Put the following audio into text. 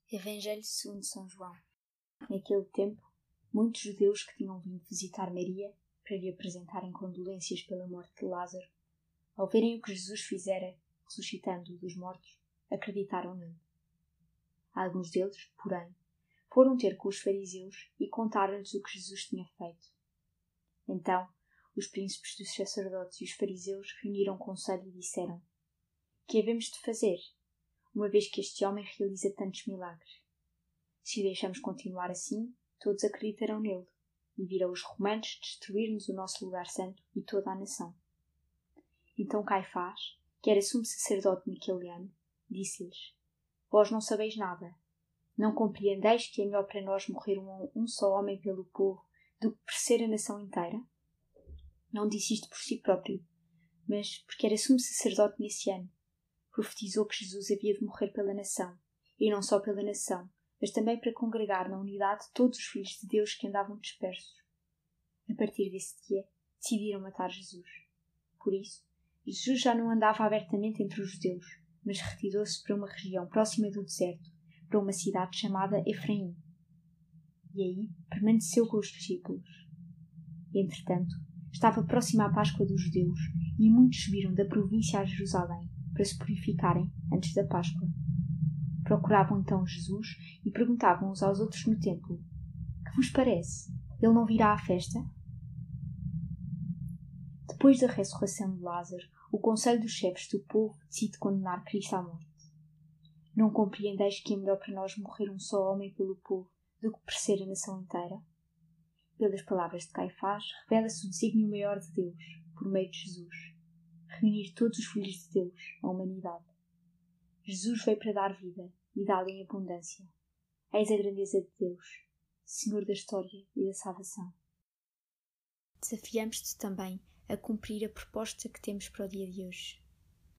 Evangelho segundo São João. Naquele tempo, muitos judeus que tinham vindo visitar Maria para lhe apresentarem condolências pela morte de Lázaro, ao verem o que Jesus fizera, ressuscitando-o dos mortos, acreditaram nele. Alguns deles, porém, foram ter com os fariseus e contaram-lhes o que Jesus tinha feito. Então, os príncipes dos sacerdotes e os fariseus reuniram conselho e disseram: que havemos de fazer, uma vez que este homem realiza tantos milagres? Se o deixamos continuar assim, todos acreditarão nele, e virão os romanos destruir-nos o nosso lugar santo e toda a nação. Então Caifás, que era sumo sacerdote naquele ano, disse-lhes: vós não sabeis nada. Não compreendeis que é melhor para nós morrer um só homem pelo povo do que perecer a nação inteira? Não disse isto por si próprio, mas porque era sumo sacerdote nesse ano. Profetizou que Jesus havia de morrer pela nação, e não só pela nação, mas também para congregar na unidade todos os filhos de Deus que andavam dispersos. A partir desse dia, decidiram matar Jesus. Por isso, Jesus já não andava abertamente entre os judeus, mas retirou-se para uma região próxima do deserto, para uma cidade chamada Efraim. E aí permaneceu com os discípulos. Entretanto, estava próxima a Páscoa dos judeus, e muitos subiram da província a Jerusalém, para se purificarem antes da Páscoa. Procuravam então Jesus e perguntavam uns aos outros no templo: que vos parece? Ele não virá à festa? Depois da ressurreição de Lázaro, o conselho dos chefes do povo decide condenar Cristo à morte. Não compreendeis que é melhor para nós morrer um só homem pelo povo do que perecer a nação inteira? Pelas palavras de Caifás, revela-se o desígnio maior de Deus, por meio de Jesus: reunir todos os filhos de Deus, a humanidade. Jesus veio para dar vida e dá-la em abundância. Eis a grandeza de Deus, Senhor da história e da salvação. Desafiamos-te também a cumprir a proposta que temos para o dia de hoje.